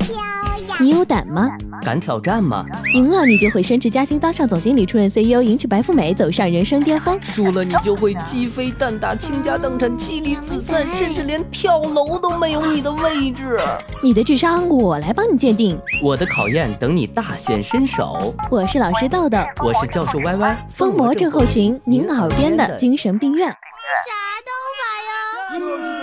你有胆吗？ 敢挑战吗？ 赢了你就会升职加薪，当上总经理，出任 CEO， 迎娶白富美，走上人生巅峰。 输了你就会鸡飞蛋打，倾家荡产，妻离子散，甚至连跳楼都没有你的位置。 你的智商我来帮你鉴定， 我的考验等你大显身手。 我是老师豆豆， 我是教授歪歪。 疯魔症候群，您耳边的精神病院。 啥都买呀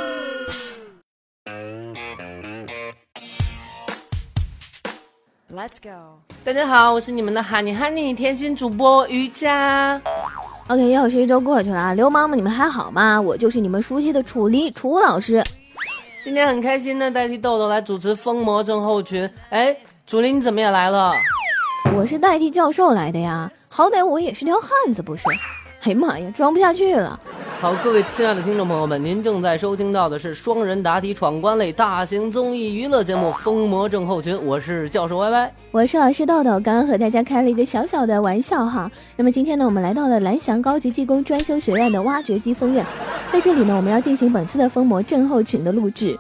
！Let's go！ 大家好，我是你们的哈尼甜心主播瑜伽。 OK， 又是一周过去了啊，流氓们你们还好吗？我就是你们熟悉的楚离楚老师。 今天很开心的代替豆豆来主持疯魔症候群。哎，楚离你怎么也来了？ 我是代替教授来的呀，好歹我也是条汉子不是？哎呀妈呀，装不下去了。 好，各位亲爱的听众朋友们，您正在收听到的是双人答题闯关类大型综艺娱乐节目《疯魔症候群》，我是教授歪歪， 我是老师豆豆。刚刚和大家开了一个小小的玩笑哈。那么今天呢，我们来到了蓝翔高级技工专修学院的挖掘机分院，在这里呢，我们要进行本次的疯魔症候群的录制。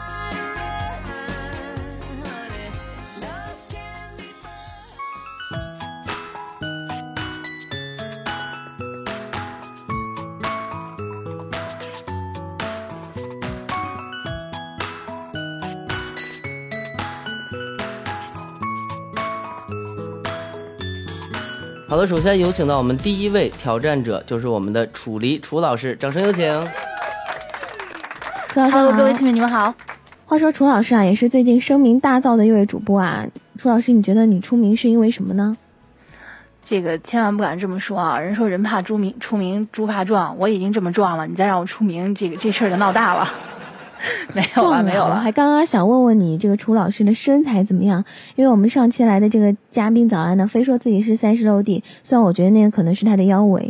好的，首先有请到我们第一位挑战者，就是我们的楚离楚老师，掌声有请。 Hello， 各位亲们，你们好。 话说楚老师啊，也是最近声名大噪的一位主播啊。楚老师，你觉得你出名是因为什么呢？ 这个千万不敢这么说啊！人说人怕出名，猪怕壮。我已经这么壮了，你再让我出名，这事儿就闹大了。没有了，没有了。 还刚刚想问问你，这个楚老师的身材怎么样？因为我们上期来的这个嘉宾早安呢，非说自己是30漏地，虽然我觉得那个可能是他的腰围。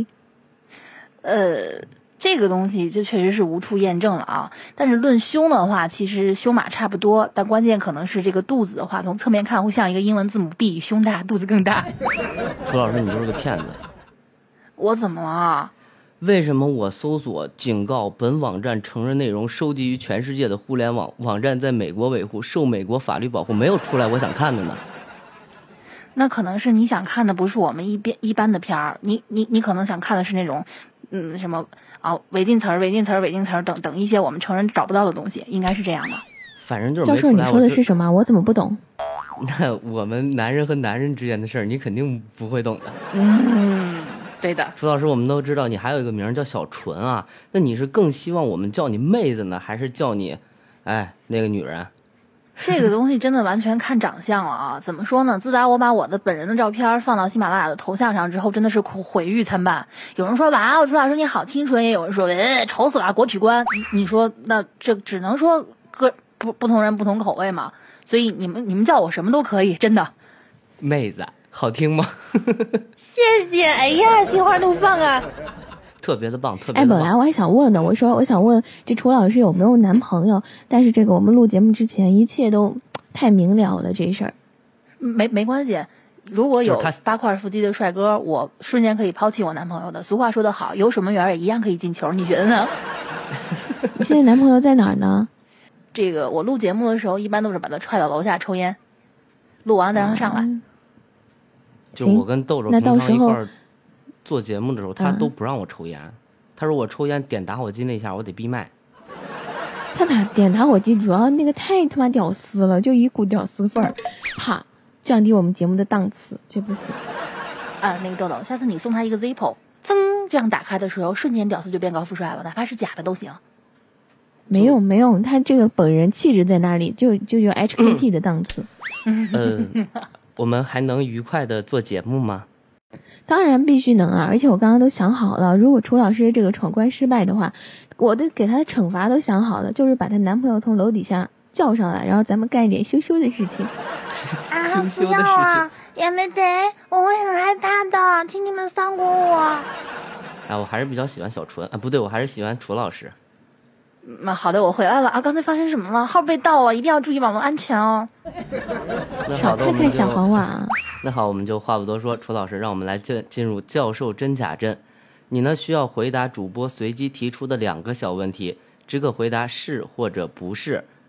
这个东西就确实是无处验证了啊。但是论胸的话，其实胸码差不多，但关键可能是这个肚子的话，从侧面看会像一个英文字母 B， 胸大肚子更大。 楚老师，你就是个骗子。 我怎么了？ 为什么我搜索警告本网站承认内容收集于全世界的互联网网站在美国维护，受美国法律保护，没有出来我想看的呢？ 那可能是你想看的不是我们一般的片儿，你可能想看的是那种什么啊违禁词儿等一些我们成人找不到的东西，应该是这样的。 反正就是没出来。教授，你说的是什么？我怎么不懂？ 那我们男人和男人之间的事儿，你肯定不会懂的。 对的。 楚老师，我们都知道你还有一个名叫小纯啊，那你是更希望我们叫你妹子呢，还是叫你那个女人？ 这个东西真的完全看长相了啊！怎么说呢？自打我把我的本人的照片放到喜马拉雅的头像上之后，真的是毁誉参半。有人说哇，楚老师你好清纯，也有人说丑死了，国曲观。你说那这只能说不同人不同口味嘛。所以你们叫我什么都可以，真的。 妹子好听吗？ 谢谢。哎呀，心花怒放啊！ 特别的棒，特别的棒。 本来我还想问的，我想问这楚老师有没有男朋友，但是这个我们录节目之前一切都太明了了，这事儿。 没关系，如果有8块腹肌的帅哥，我瞬间可以抛弃我男朋友的。俗话说得好，有守门员也一样可以进球，你觉得呢？ 你现在男朋友在哪儿呢？ 这个我录节目的时候，一般都是把他踹到楼下抽烟，录完了再让他上来。 就我跟豆豆平常一块儿做节目的时候，他都不让我抽烟。他说我抽烟点打火机那下我得闭麦。 他点打火机主要那个太他妈屌丝了，就一股屌丝味儿，怕降低我们节目的档次，这不行。 那个豆豆，下次你送他一个 Zippo， 噌这样打开的时候，瞬间屌丝就变高富帅了，哪怕是假的都行。 没有，他这个本人气质在那里，就有 HKT 的档次。 我们还能愉快的做节目吗？ 当然必须能啊！而且我刚刚都想好了，如果楚老师这个闯关失败的话，我的给他的惩罚都想好了，就是把她男朋友从楼底下叫上来，然后咱们干一点羞羞的事情。 不要啊，也没得，我会很害怕的，请你们放过我。 我还是比较喜欢小纯啊，不对，我还是喜欢楚老师。 好的，我回来了啊！刚才发生什么了？号被盗了，一定要注意网络安全哦。 那好的， 看小黄娃。 那好，我们就话不多说，楚老师，让我们来进入教授真假真。你呢需要回答主播随机提出的2个小问题，只可回答是或者不是，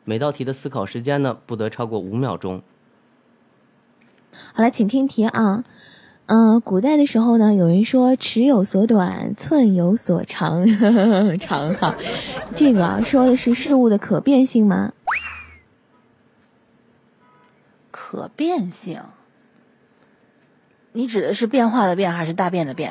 每道题的思考时间呢，不得超过5秒钟。 好了，请听题啊。古代的时候呢，有人说尺有所短，寸有所长，长哈。这个说的是事物的可变性吗？ 可变性，你指的是变化的变还是大便的变？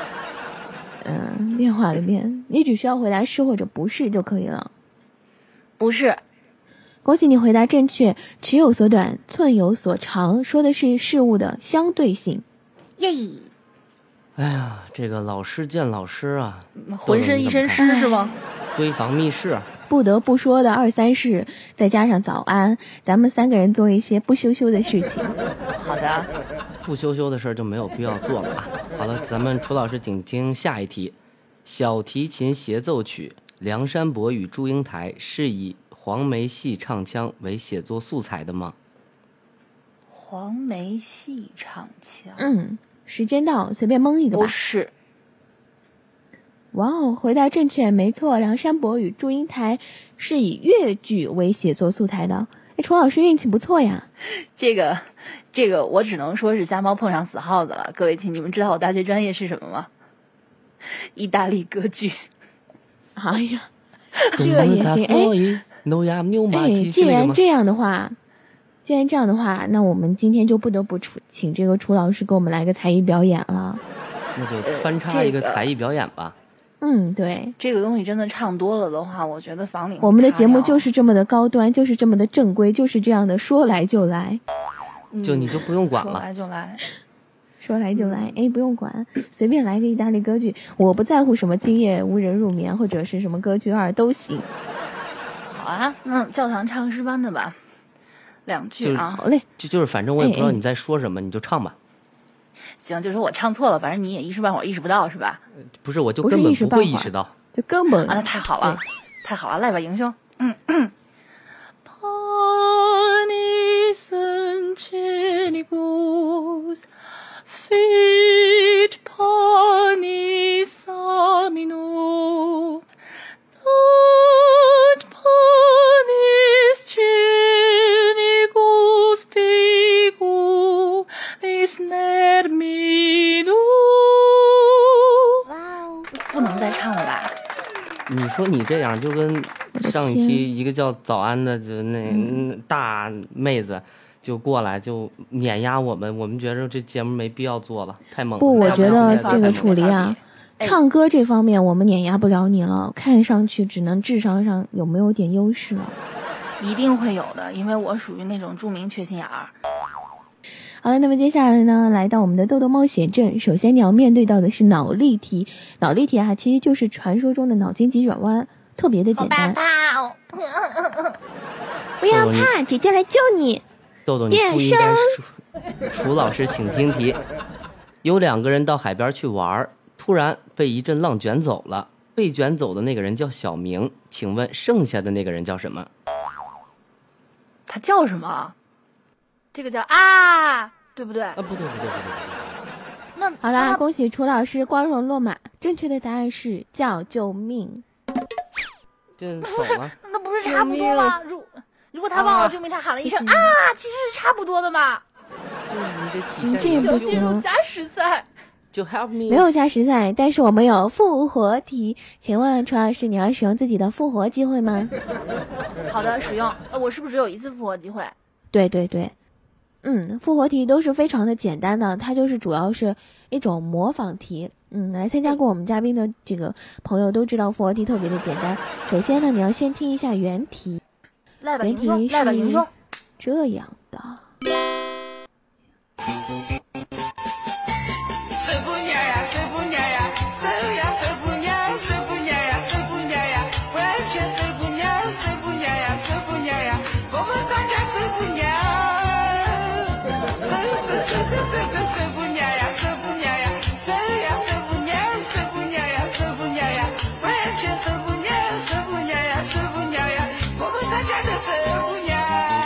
变化的变，你只需要回答是或者不是就可以了。 不是。 恭喜你回答正确，尺有所短，寸有所长，说的是事物的相对性。 耶！ 哎呀，这个老师见老师啊， 浑身一身湿是吗？ 闺房密室。 不得不说的2、3事，再加上早安，咱们3个人做一些不羞羞的事情。 好的， 不羞羞的事就没有必要做了啊。好了，咱们楚老师请听下一题。小提琴协奏曲《梁山伯与祝英台》是以黄梅戏唱腔为写作素材的吗？ 黄梅戏唱腔。 时间到，随便蒙一个吧。 不是。 哇哦，回答正确，没错，梁山伯与祝英台是以越剧为写作素材的。楚老师运气不错呀。 这个我只能说是瞎猫碰上死耗子了。各位亲，你们知道我大学专业是什么吗？意大利歌剧。 哎呀，这也行。既然这样的话，那我们今天就不得不请这个楚老师给我们来个才艺表演了。 那就穿插一个才艺表演吧。 对， 这个东西真的唱多了的话，我觉得房顶我们的节目就是这么的高端，就是这么的正规，就是这样的说来就来。 就你就不用管了。 说来就来。 说来就来，不用管，随便来个意大利歌剧，我不在乎什么今夜无人入眠或者是什么歌剧2都行。 好啊，那教堂唱诗班的吧，2句啊。 好嘞。 就是反正我也不知道你在说什么，你就唱吧。 行，就说我唱错了，反正你也一时半会儿意识不到是吧？ 不是，我就根本不会意识到， 就根本啊，那太好了，太好了，来吧，英雄。 Fit panis amino, not panis cenicus figu, lis nermino。 哇哦， 不能再唱了吧？ 你说你这样就跟上一期一个叫早安的就那大妹子就过来就碾压我们觉得这节目没必要做了，太猛了。 不，我觉得这个楚离啊，唱歌这方面我们碾压不了你了，看上去只能智商上有没有点优势了。 一定会有的，因为我属于那种著名缺心眼儿。 好了，那么接下来呢，来到我们的豆豆冒险阵。首先你要面对到的是脑力题，脑力题啊，其实就是传说中的脑筋急转弯，特别的简单。 好怕哦！ 不要怕，姐姐来救你。 豆豆，你不应该说。楚老师，请听题：有2个人到海边去玩，突然被一阵浪卷走了。被卷走的那个人叫小明，请问剩下的那个人叫什么？ 他叫什么？这个叫啊，对不对？ 啊，不对。 那好啦，恭喜楚老师光荣落马，正确的答案是叫救命。 这走了。 那不是差不多吗？如果他忘了救命，他喊了一声啊，其实是差不多的嘛。 就是你得体现这不行， 加时赛。 就 help me。 没有加时赛，但是我们有复活题。请问楚老师，你要使用自己的复活机会吗？ 好的，使用。我是不是只有1次复活机会？ 对。复活题都是非常的简单的，它就是主要是一种模仿题。来参加过我们嘉宾的这个朋友都知道复活题特别的简单。首先呢，你要先听一下原题。 来吧，英雄，来吧，英雄。 这样的。 手不娘呀，手不娘呀，手呀手不娘，手不娘呀，手不娘呀，完全手不娘，手不娘呀，手不娘呀，我们大家手不娘，手不娘呀，手不娘呀，手呀手不娘，手不娘呀，手不娘呀，完全手不娘，手不娘呀，手不娘呀，我们大家的手不娘。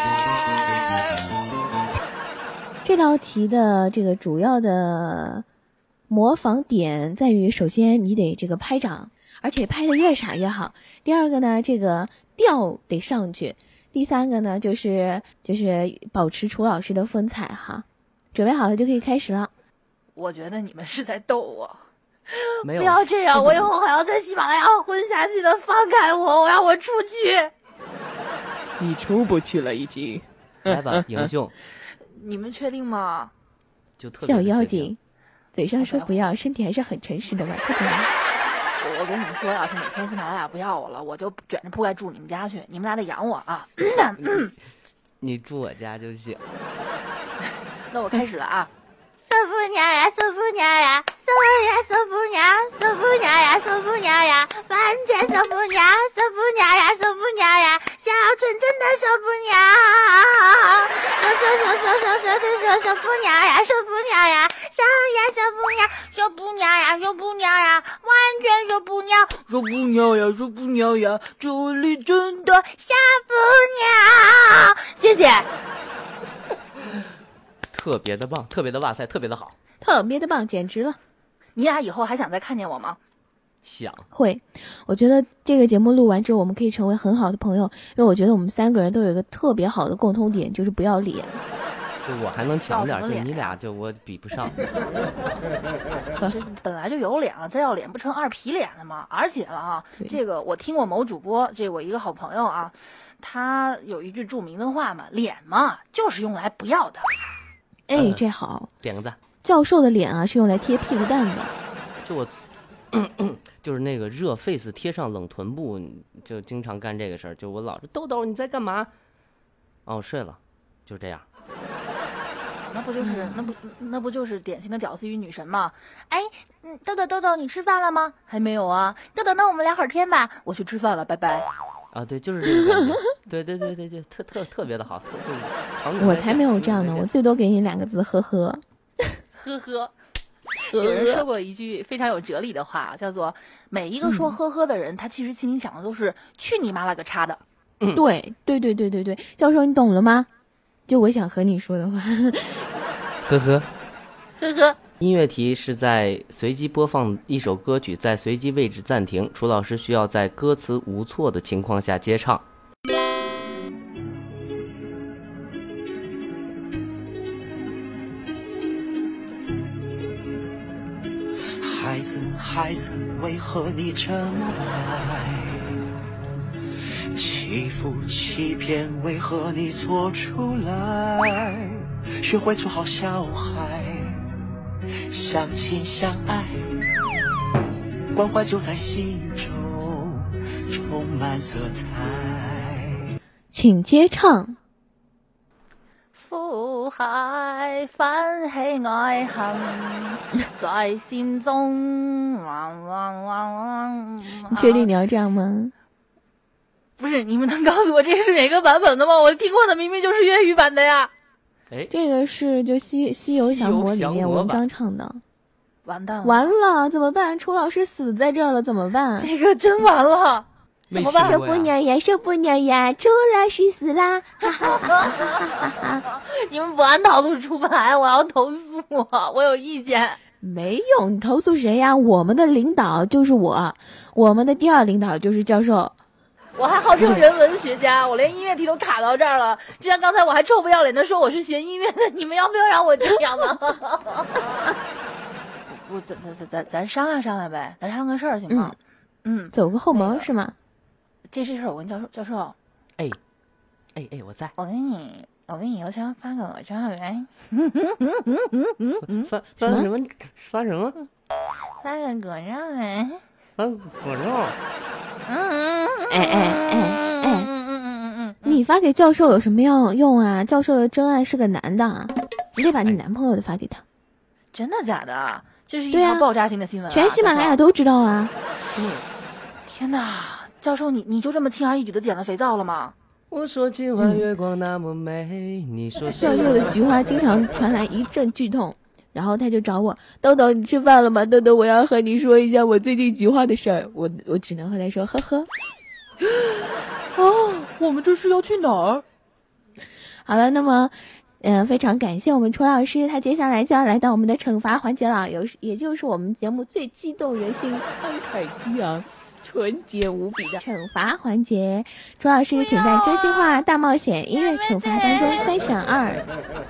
这道题的这个主要的模仿点在于，首先你得这个拍掌，而且拍的越傻越好。第二个呢，这个调得上去， 第3个呢，就是保持楚老师的风采哈。准备好了就可以开始了。 我觉得你们是在逗我。 没有， 不要这样，我以后还要在喜马拉雅混下去的，放开我，我让我出去。 你出不去了已经。 来吧，英雄。 你们确定吗？ 就特别小妖精，嘴上说不要，身体还是很诚实的嘛，特别好。 我跟你们说，要是哪天喜马拉雅不要我了，我就卷着铺盖住你们家去，你们俩得养我啊。 你住我家就行。 那我开始了啊。 受不了呀，受不了呀，受呀受不了，受不了呀，受不了呀，完全受不了，受不了呀，受不了呀，小纯真的受不了，受不了呀，受不了呀，受呀受不了，受不了呀，受不了呀，完全受不了，受不了呀，受不了呀，这里真的受不了，谢谢。 特别的棒，特别的哇塞，特别的好， 特别的棒，简直了！ 你俩以后还想再看见我吗？ 想会，我觉得这个节目录完之后，我们可以成为很好的朋友，因为我觉得我们3个人都有一个特别好的共同点，就是不要脸。 就我还能强点，就你俩就我比不上。 这本来就有脸了，再要脸不成2皮脸了吗？而且了啊，这个我听过某主播，这我一个好朋友啊，他有一句著名的话嘛，脸嘛就是用来不要的。 哎，这好， 点个赞。 教授的脸啊是用来贴屁股蛋的。 就我，就是那个热 face 贴上冷臀部，就经常干这个事儿。就我老是豆豆你在干嘛？哦，我睡了，就这样。 那不就是典型的屌丝与女神吗？哎，豆豆，你吃饭了吗？还没有啊。豆豆，那我们聊会儿天吧。我去吃饭了，拜拜。 啊，对，就是这个感觉。对，特别的好， 我才没有这样的，我最多给你2个字，呵呵。 呵呵。有人说过一句非常有哲理的话，叫做每一个说呵呵的人，他其实心里想的都是去你妈了个叉的。 对，教授你懂了吗？就我想和你说的话。 呵呵。 呵呵。 音乐题是在随机播放一首歌曲，在随机位置暂停，楚老师需要在歌词无错的情况下接唱。 孩子，为何你这么坏？欺负欺骗，为何你做出来？学会做好小孩，相亲相爱，关怀就在心中充满色彩。 请接唱。 苦海翻起爱恨，在心中。 你确定你要这样吗？ 不是，你们能告诉我这是哪个版本的吗？我听过的明明就是粤语版的呀。 哎， 这个是就西游降魔里面文章唱的。 完蛋了， 完了，怎么办？楚老师死在这儿了，怎么办？ 这个真完了。怎么办？ 受不了呀，受不了呀！楚老师死啦！哈哈哈哈哈哈！ 你们不按套路出牌，我要投诉我有意见。 没用，你投诉谁呀？我们的领导就是我们的第2领导就是教授。 我还号称人文学家，我连音乐题都卡到这儿了。就像刚才我还臭不要脸的说我是学音乐的，你们要不要让我这样呢？不，咱商量商量呗，咱商量个事儿行吗？ 走个后门是吗？ 这事儿我跟教授， 哎，我在。 我给你邮箱发个我照呗。 发什么？发什么？ 发个果照呗。 发果照。 你发给教授有什么用啊？教授的真爱是个男的啊，你得把你男朋友的发给他。 真的假的？这是一条爆炸性的新闻啊！ 全喜马拉雅都知道啊！ 天哪！教授，你就这么轻而易举的捡了肥皂了吗？ 我说今晚月光那么美，你说教授的菊花经常传来一阵剧痛，然后他就找我，豆豆你吃饭了吗？豆豆我要和你说一下我最近菊花的事儿。我只能和他说呵呵。 哦，我们这是要去哪儿？ 好了，那么非常感谢我们楚老师，他接下来就要来到我们的惩罚环节了，也就是我们节目最激动人心、慷慨激昂、 纯洁无比的惩罚环节。楚老师，请在真心话大冒险音乐惩罚当中3选2。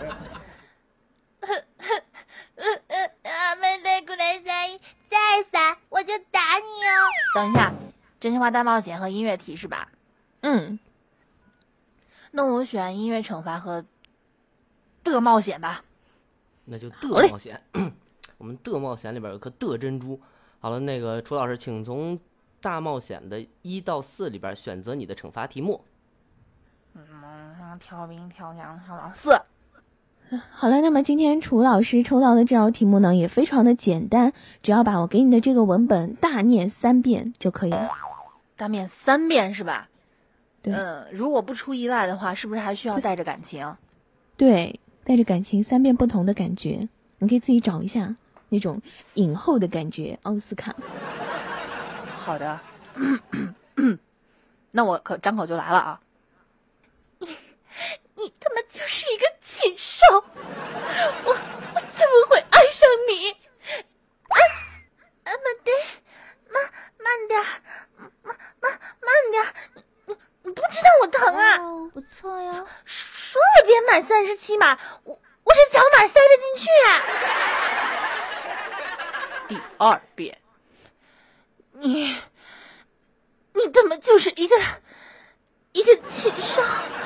再烦我就打你哦。 等一下，真心话大冒险和音乐题是吧？那我选音乐惩罚和的冒险吧。 那就的冒险。我们的冒险里边有颗的珍珠。好了，那个楚老师，请从大冒险的1到4里边选择你的惩罚题目。 跳兵跳将跳到4。 好了，那么今天楚老师抽到的这道题目呢，也非常的简单，只要把我给你的这个文本大念3遍就可以了。 大念3遍是吧？ 对。 如果不出意外的话，是不是还需要带着感情？ 对，带着感情，3遍不同的感觉，你可以自己找一下那种影后的感觉，奥斯卡。 好的。那我可张口就来了啊！ 你他妈就是一个禽兽！我怎么会爱上你？慢点，慢点，慢点！你不知道我疼啊！ 哦，不错哟。 说了别买37码，我是小码塞得进去啊！ 第2遍。 你他妈就是一个禽兽！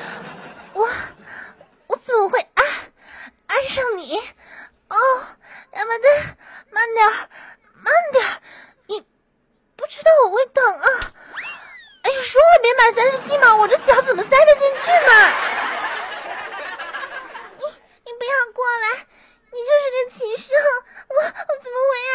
我怎么会爱上你？哦，慢点！你不知道我会疼啊！哎呦，说了别买37码，我这脚怎么塞得进去嘛？你不要过来！你就是个禽兽！我怎么会爱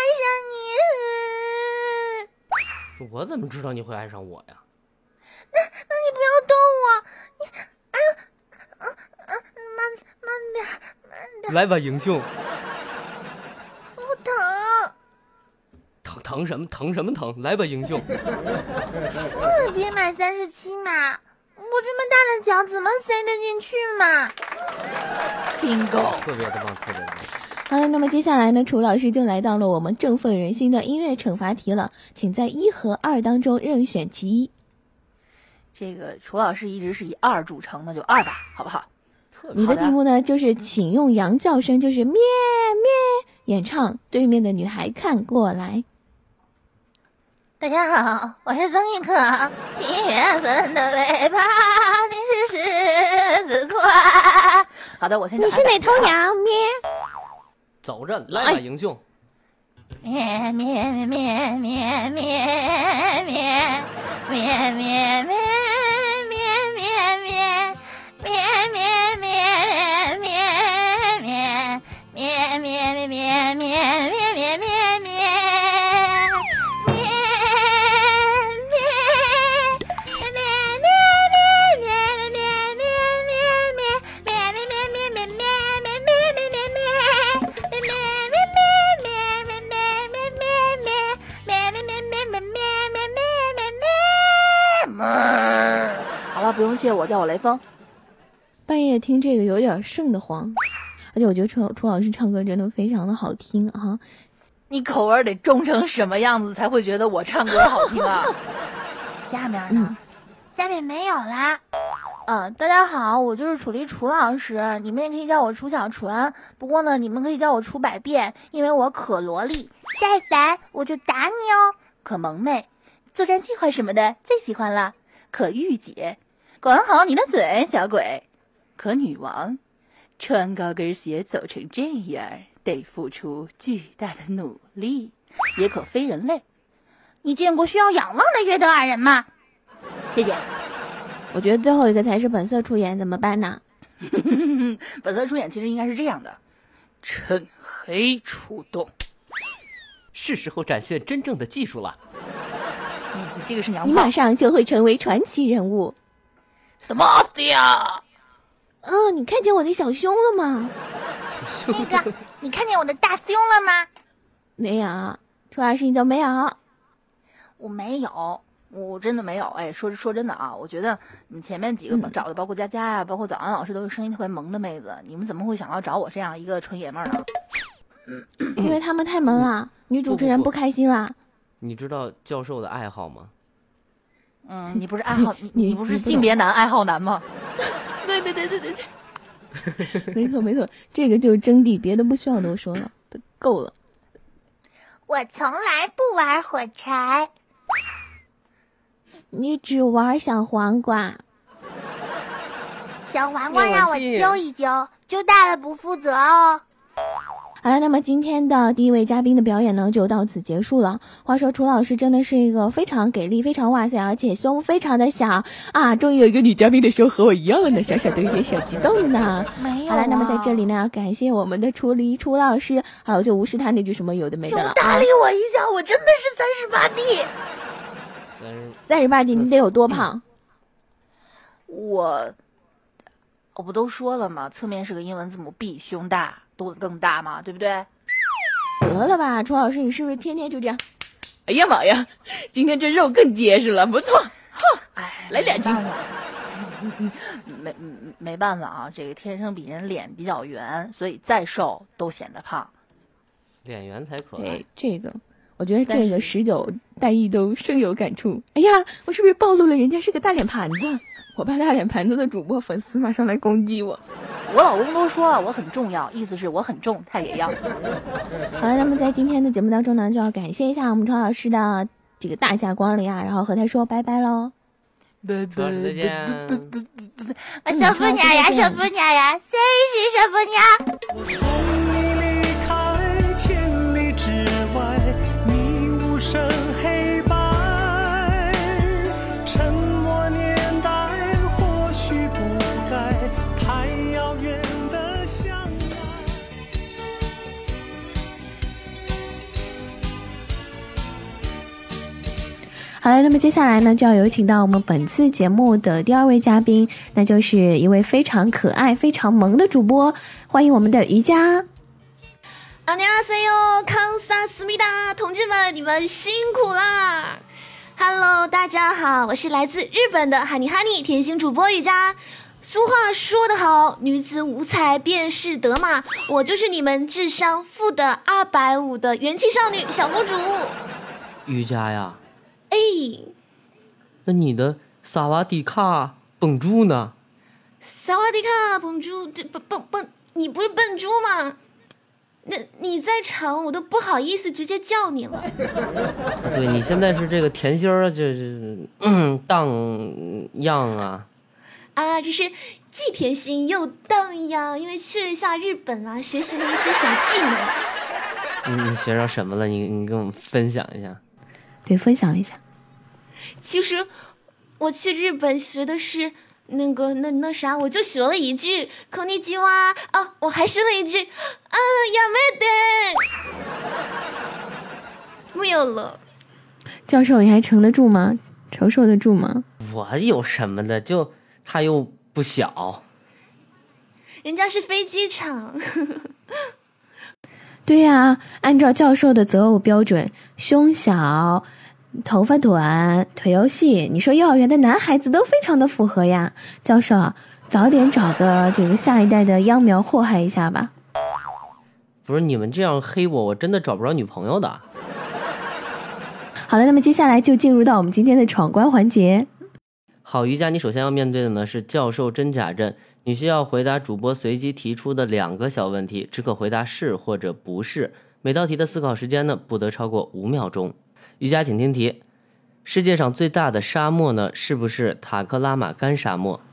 上你？ 我怎么知道你会爱上我呀？ 那你不要动我！你，哎呦，慢点！ 来吧，英雄！ 我疼！ 疼什么？疼什么疼？来吧，英雄！ 说了别买37码，我这么大的脚怎么塞得进去嘛 ？Bingo！ 特别的棒，特别的棒。 好了，那么接下来呢，楚老师就来到了我们振奋人心的音乐惩罚题了，请在1和2当中任选其一。 这个楚老师一直是以2著称，那就2吧，好不好？ 你的题目呢，就是请用羊叫声，就是咩咩，演唱《对面的女孩看过来》。 大家好，我是曾轶可。7月份的尾巴，你是狮子座。 好的，我先找。 你是哪头羊？咩。 走着，来吧，英雄。 咩咩咩咩咩咩咩咩咩咩咩。 好了，不用谢我，叫我雷锋。 半夜听这个有点瘆得慌，而且我觉得楚老师唱歌真的非常的好听啊！ 你口味得重成什么样子才会觉得我唱歌好听啊？ 下面呢？下面没有啦。 大家好，我就是楚丽楚老师，你们也可以叫我楚小纯，不过呢，你们可以叫我楚百变，因为我可萝莉。 再烦我就打你哦。 可萌妹，作战计划什么的最喜欢了。可御姐，管好你的嘴，小鬼。可女王，穿高跟鞋走成这样，得付出巨大的努力。也可非人类， 你见过需要仰望的约德尔人吗？ 谢谢。 我觉得最后一个才是本色出演，怎么办呢？ 本色出演其实应该是这样的：趁黑出动， 是时候展现真正的技术了。 这个是娘炮， 你马上就会成为传奇人物。 The Mafia。 你看见我的小胸了吗？ 那个，你看见我的大胸了吗？ 没有，楚老师你都没有。 我没有。 我真的没有。哎，说真的啊，我觉得你们前面几个找的，包括佳佳呀，包括早安老师，都是声音特别萌的妹子，你们怎么会想要找我这样一个纯爷们儿呢？ 因为他们太萌了，女主持人不开心啦。 你知道教授的爱好吗？ 你不是爱好你不是性别男爱好男吗？ 对，没错，这个就是真谛，别的不需要多说了，够了。 我从来不玩火柴。 你只玩小黄瓜。 小黄瓜让我揪一揪，揪大了不负责哦。 好了，那么今天的第一位嘉宾的表演呢，就到此结束了。话说楚老师真的是一个非常给力、非常哇塞，而且胸非常的小啊！终于有一个女嘉宾的胸和我一样了呢，小小的有点小激动呢。 没有、 好了，那么在这里呢，要感谢我们的楚老师，还有就无视他那句什么有的没的了啊。 搭理我一下，我真的是 38D，38D，你得有多胖？ 我不都说了吗？侧面是个英文字母 B， 胸大，肚子更大嘛，对不对？ 得了吧，楚老师，你是不是天天就这样？哎呀妈呀，今天这肉更结实了，不错。 哎， 来2斤。 没办法啊，这个天生比人脸比较圆，所以再瘦都显得胖。 脸圆才可爱。 对，这个我觉得这个19大意都深有感触。哎呀，我是不是暴露了人家是个大脸盘子？我怕大脸盘子的主播粉丝马上来攻击我。 我老公都说了我很重要，意思是我很重，他也要。 好了，那么在今天的节目当中呢，就要感谢一下我们常老师的这个大驾光临啊，然后和他说拜拜喽。 拜拜， 再见。 小姑娘呀，小姑娘呀，谁是小姑娘？ 我送你离开千里之外，你无声黑白，沉默年代或许不该太遥远的相爱。 好了，那么接下来呢，就要有请到我们本次节目的第2位嘉宾，那就是一位非常可爱、非常萌的主播，欢迎我们的瑜伽。 안녕하세요，康萨斯密达，同志们，你们辛苦啦 ！Hello， 大家好，我是来自日本的哈尼哈尼甜心主播瑜伽。俗话说得好，女子无才便是德嘛，我就是你们智商负的250的元气少女小公主。 瑜伽呀， 哎， 那你的萨瓦迪卡蹦猪呢？ 萨瓦迪卡，蹦猪，蹦，你不是笨猪吗？那你在场，我都不好意思直接叫你了。 对，你现在是这个甜心儿，就是荡漾啊。 啊，这是既甜心又荡漾，因为去了一下日本啊，学习了一些小技能。 你学着什么了？你跟我们分享一下。 对，分享一下。 其实我去日本学的是那啥，我就学了一句“こんにちは”啊，我还学了一句“啊，やめて”，没有了。 教授，你还承得住吗？承受得住吗？ 我有什么的？就他又不小， 人家是飞机场。 对呀，按照教授的择偶标准，胸小、头发短、腿又细，你说幼儿园的男孩子都非常的符合呀。教授，早点找个这个下一代的秧苗祸害一下吧。 不是你们这样黑我，我真的找不着女朋友的。 好了，那么接下来就进入到我们今天的闯关环节。 好，瑜伽，你首先要面对的呢是教授真假阵，你需要回答主播随机提出的2个小问题，只可回答是或者不是。每道题的思考时间呢不得超过5秒钟。瑜伽，请听题：世界上最大的沙漠呢，是不是塔克拉玛干沙漠？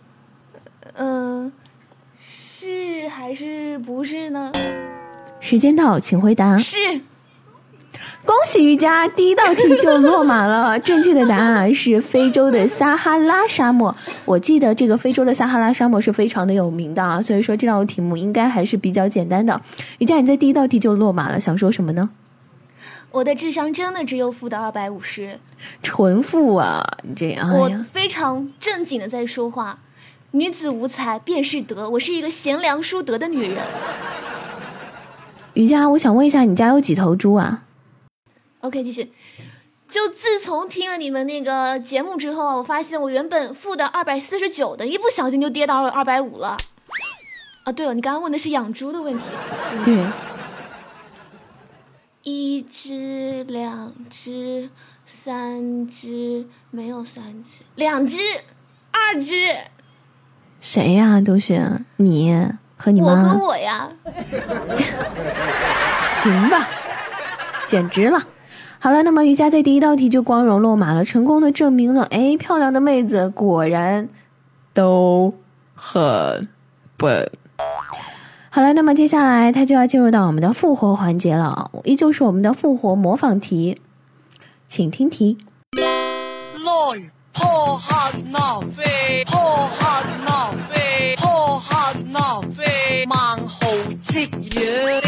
是还是不是呢？ 时间到，请回答。 是。 恭喜瑜伽，第1道题就落马了。正确的答案是非洲的撒哈拉沙漠。我记得这个非洲的撒哈拉沙漠是非常的有名的啊，所以说这道题目应该还是比较简单的。瑜伽，你在第1道题就落马了，想说什么呢？ 我的智商真的只有负的250， 纯负啊！你这样， 我非常正经的在说话。女子无才便是德，我是一个贤良淑德的女人。 瑜伽，我想问一下，你家有几头猪啊？ OK， 继续。就自从听了你们那个节目之后，我发现我原本负的249的，一不小心就跌到了250了。啊，对了，你刚刚问的是养猪的问题。 对。 1只、2只、3只，没有3只，2只、2只。 谁呀？都是你和你妈。 我和我呀。 行吧，简直了。好了，那么瑜伽在第一道题就光荣落马了，成功的证明了，哎，漂亮的妹子果然都很笨。好了，那么接下来它就要进入到我们的复活环节了，依旧是我们的复活模仿题，请听题。 來破核鬧飛，破核鬧飛，破核鬧飛，萬豪節約。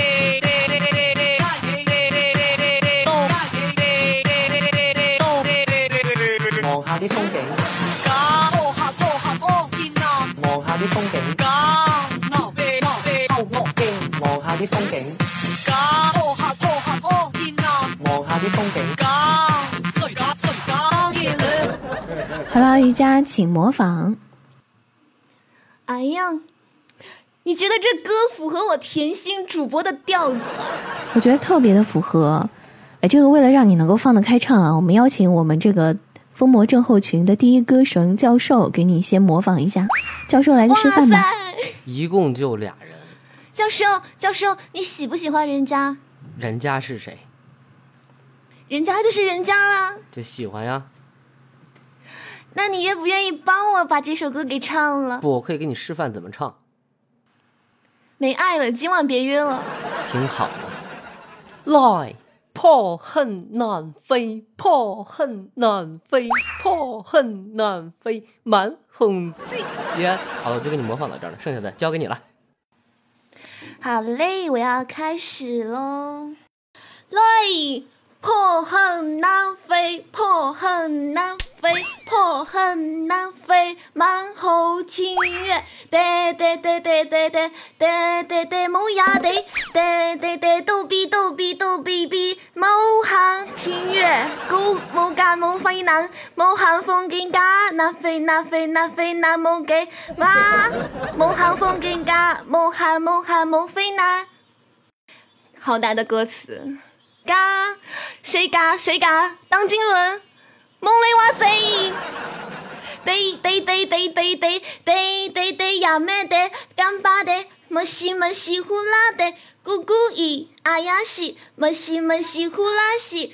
望下啲風景，假破核破核破天啊！望下啲風景，假鬧飛鬧飛偷惡鏡，望下啲風景，假破核破核破天啊！望下啲風景，假誰假誰假天啊！ 好了，瑜伽請模仿。 哎呀，你觉得这歌符合我甜心主播的调子吗？ 我觉得特别的符合。哎，这个为了让你能够放得开唱啊，我们邀请我们这个疯魔症候群的第一歌神教授给你先模仿一下。教授来个示范吧。 一共就2人。 教授，你喜不喜欢人家？ 人家是谁？ 人家就是人家啦。 就喜欢呀。 那你愿不愿意帮我把这首歌给唱了？ 不，我可以给你示范怎么唱。 没爱了，今晚别约了。 挺好的。来，破恨难飞，破恨难飞，破恨难飞，满红记。好了，我就给你模仿到这儿了，剩下的交给你了。 好嘞，我要开始喽。来，破恨难飞，破恨难飞，破恨难飞，满后情月，得得得得得得得得得冇呀得，得得得逗比逗比逗比比，冇行情月，高冇間冇飛能，冇行風景架，那飛那飛那飛那冇記嘛，冇行風景架，冇行冇行冇飛那，好難的歌詞。嘎，谁嘎谁嘎？当金轮，梦里哇塞，得得得得得得得得得呀咩的，干巴的，么西呼啦的，咕咕咿啊呀西，么西呼啦西，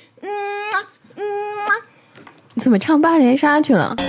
你怎么唱8连杀去了？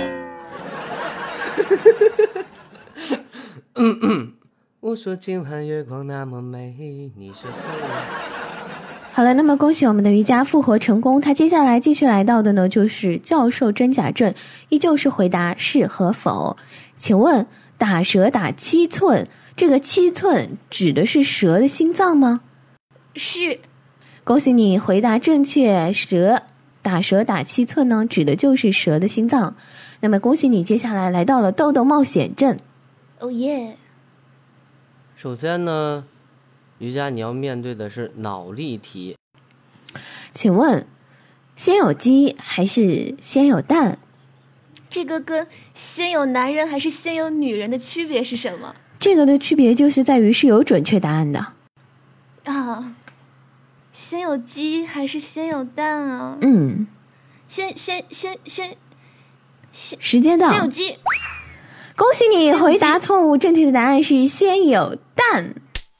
我说今晚月光那么美，你说是？ 好了，那么恭喜我们的瑜伽复活成功。他接下来继续来到的呢，就是教授真假正，依旧是回答是和否。请问打蛇打7寸，这个7寸指的是蛇的心脏吗？ 是。 恭喜你回答正确，打蛇打7寸呢，指的就是蛇的心脏。那么恭喜你，接下来来到了豆豆冒险镇。 哦耶！ 首先呢，瑜伽你要面对的是脑力题。 请问先有鸡还是先有蛋？ 这个跟先有男人还是先有女人的区别是什么？ 这个的区别就是在于是有准确答案的啊。先有鸡还是先有蛋啊？先时间到。 先有鸡。 恭喜你回答错误，正确的答案是先有蛋。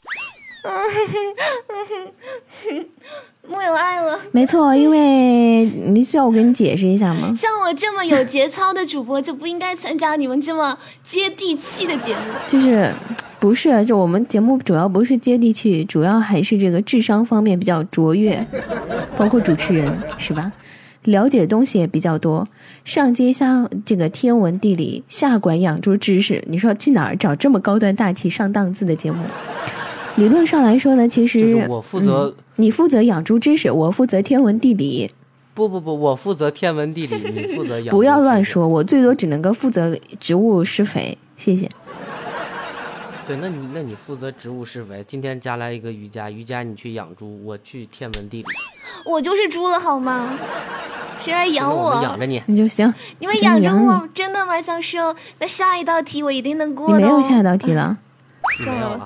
木有爱了。 没错，因为你需要我给你解释一下吗？ 像我这么有节操的主播就不应该参加你们这么接地气的节目。 就是不是，就我们节目主要不是接地气，主要还是这个智商方面比较卓越，包括主持人是吧？了解的东西也比较多，上接下这个天文地理，下管养猪知识，你说去哪儿找这么高端大气上档次的节目？理论上来说呢，其实就是我负责， 你负责养猪知识，我负责天文地理。 不，我负责天文地理，你负责养猪。 不要乱说，我最多只能够负责植物施肥，谢谢。 对，那你负责植物施肥。今天加来一个瑜伽你去养猪，我去天文地理。 我就是猪了好吗？谁来养我？ 我们养着你， 你就行。 你们养着我，真的吗，教授？那下一道题我一定能过的。 你没有下一道题了。 没有啊。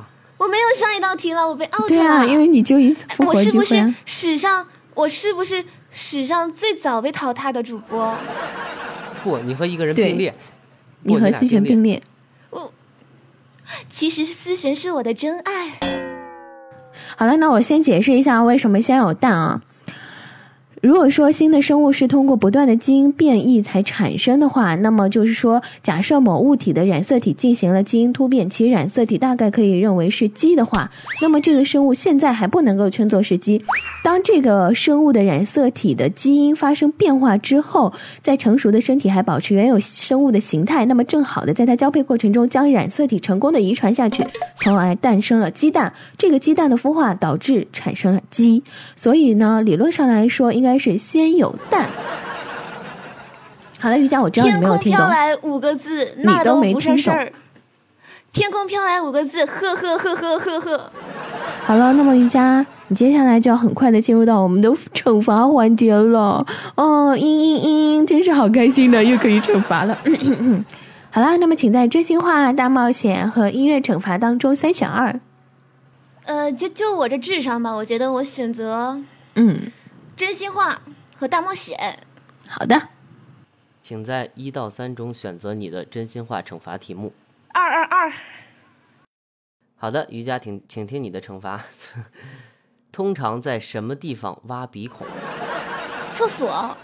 我没有下一道题了，我被 out 了。 对啊，因为你就一次复活机会、啊。 我是不是史上最早被淘汰的主播？ 不，你和一个人并列。 你和思璇并列。 其实思璇是我的真爱。 好了，那我先解释一下为什么先有蛋啊。如果说新的生物是通过不断的基因变异才产生的话，那么就是说，假设某物体的染色体进行了基因突变，其染色体大概可以认为是鸡的话，那么这个生物现在还不能够称作是鸡。当这个生物的染色体的基因发生变化之后，在成熟的身体还保持原有生物的形态，那么正好的在它交配过程中将染色体成功的遗传下去，从而诞生了鸡蛋。这个鸡蛋的孵化导致产生了鸡，所以呢，理论上来说应该是先有蛋。好了，瑜伽，我知道你没有听懂。 天空飘来5个字，那都不是事儿。天空飘来5个字，呵呵呵呵呵呵。 好了，那么瑜伽，你接下来就要很快的进入到我们的惩罚环节了。哦，真是好开心的，又可以惩罚了。好啦，那么请在真心话大冒险和音乐惩罚当中3选2。 就我这智商吧，我觉得我选择真心话和大冒险。 好的， 请在1到3中选择你的真心话惩罚题目。 222。 好的，瑜伽，请听你的惩罚。通常在什么地方挖鼻孔？ 厕所。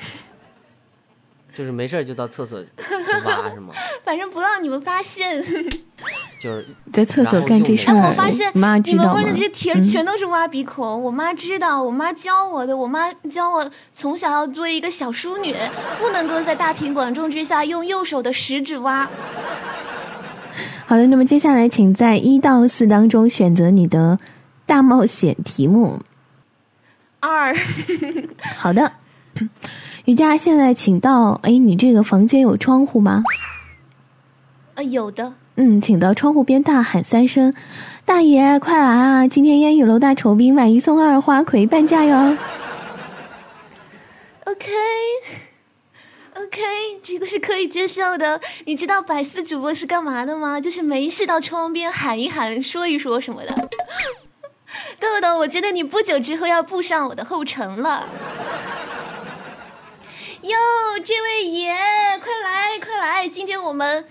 就是没事就到厕所就挖是吗？ 反正不让你们发现。 就是在厕所干这事儿。 我发现妈知道吗？ 你们问的这些题全都是挖鼻孔，我妈知道，我妈教我的，我妈教我从小要做一个小淑女，不能够在大庭广众之下用右手的食指挖。 好的，那么接下来请在1到4当中选择你的大冒险题目。 2。 好的，瑜伽，现在请到，你这个房间有窗户吗？ 有的。 请到窗户边大喊3声：“大爷，快来啊！今天烟雨楼大酬宾，买1送2，花魁半价哟。” OK， 这个是可以接受的。你知道百思主播是干嘛的吗？就是没事到窗边喊一喊，说一说什么的。豆豆，我觉得你不久之后要步上我的后尘了。哟，这位爷，快来！今天我们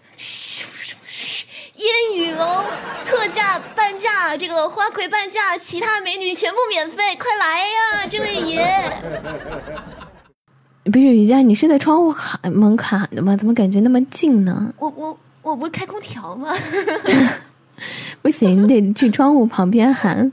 烟雨楼特价半价，这个花魁半价，其他美女全部免费，快来呀，这位爷！ 不是瑜伽，你是在窗户门喊的吗？怎么感觉那么近呢？ 我不是开空调吗？ 不行，你得去窗户旁边喊。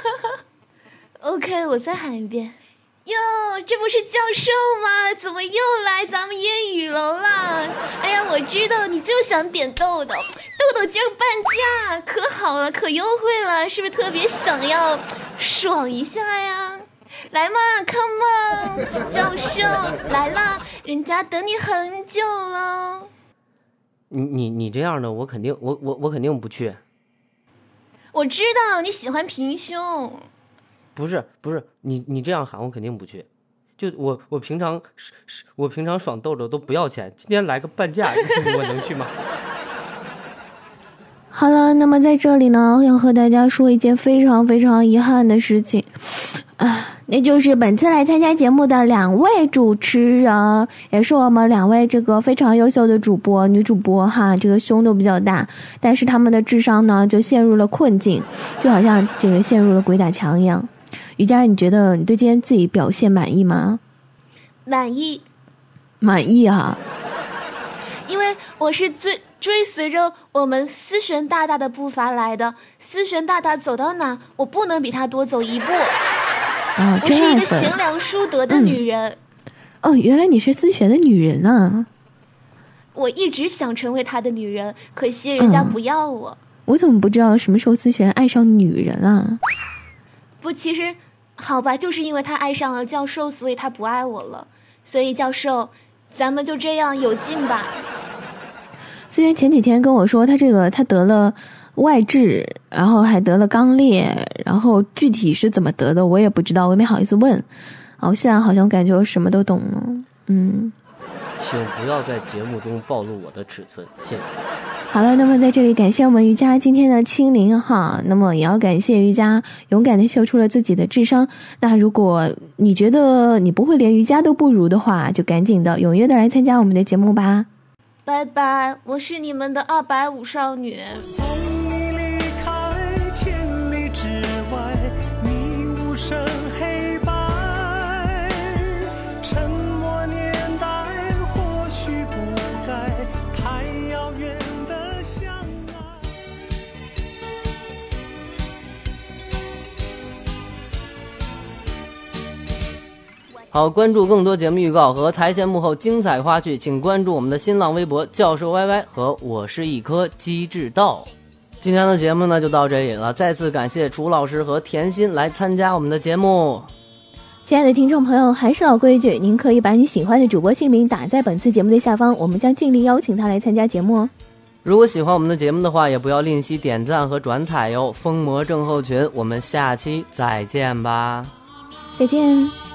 OK， 我再喊一遍。哟，这不是教授吗？怎么又来咱们烟雨楼了？哎呀，我知道你就想点豆豆，豆豆今儿半价，可好了，可优惠了，是不是特别想要爽一下呀？来嘛 ，come on， 教授来啦，人家等你很久了。 你这样的，我肯定不去。 我知道你喜欢平胸。 不是，你这样喊我肯定不去。就我平常爽豆豆都不要钱，今天来个半价，我能去吗？ 好了，那么在这里呢，要和大家说一件非常非常遗憾的事情。那就是本次来参加节目的2位主持人，也是我们2位这个非常优秀的主播女主播哈，这个胸都比较大，但是他们的智商呢就陷入了困境，就好像这个陷入了鬼打墙一样。瑜伽，你觉得你对今天自己表现满意吗？ 满意啊， 因为我是追随着我们思璇大大的步伐来的，思璇大大走到哪，我不能比他多走一步。我是一个贤良淑德的女人。 原来你是思璇的女人啊！ 我一直想成为他的女人，可惜人家不要我。 我怎么不知道什么时候思璇爱上女人啊？ 不，其实好吧，就是因为他爱上了教授，所以他不爱我了。所以教授，咱们就这样有劲吧。 思璇前几天跟我说，他得了外痔，然后还得了肛裂，然后具体是怎么得的我也不知道，我也没好意思问。我现在好像感觉我什么都懂了。 请不要在节目中暴露我的尺寸，谢谢。 好了，那么在这里感谢我们瑜伽今天的亲临哈，那么也要感谢瑜伽勇敢的秀出了自己的智商。那如果你觉得你不会连瑜伽都不如的话，就赶紧的踊跃的来参加我们的节目吧。 拜拜，我是你们的250少女。 送你离开千里之外，你无声黑白，沉默年代或许不该太遥远的相爱。 好，关注更多节目预告和台前幕后精彩花絮，请关注我们的新浪微博教授 YY 和我是一颗机智豆。今天的节目呢就到这里了，再次感谢楚老师和甜心来参加我们的节目。 亲爱的听众朋友，还是老规矩，您可以把你喜欢的主播姓名打在本次节目的下方，我们将尽力邀请他来参加节目哦。 如果喜欢我们的节目的话，也不要吝惜点赞和转采哟。疯魔症候群，我们下期再见吧。 再见。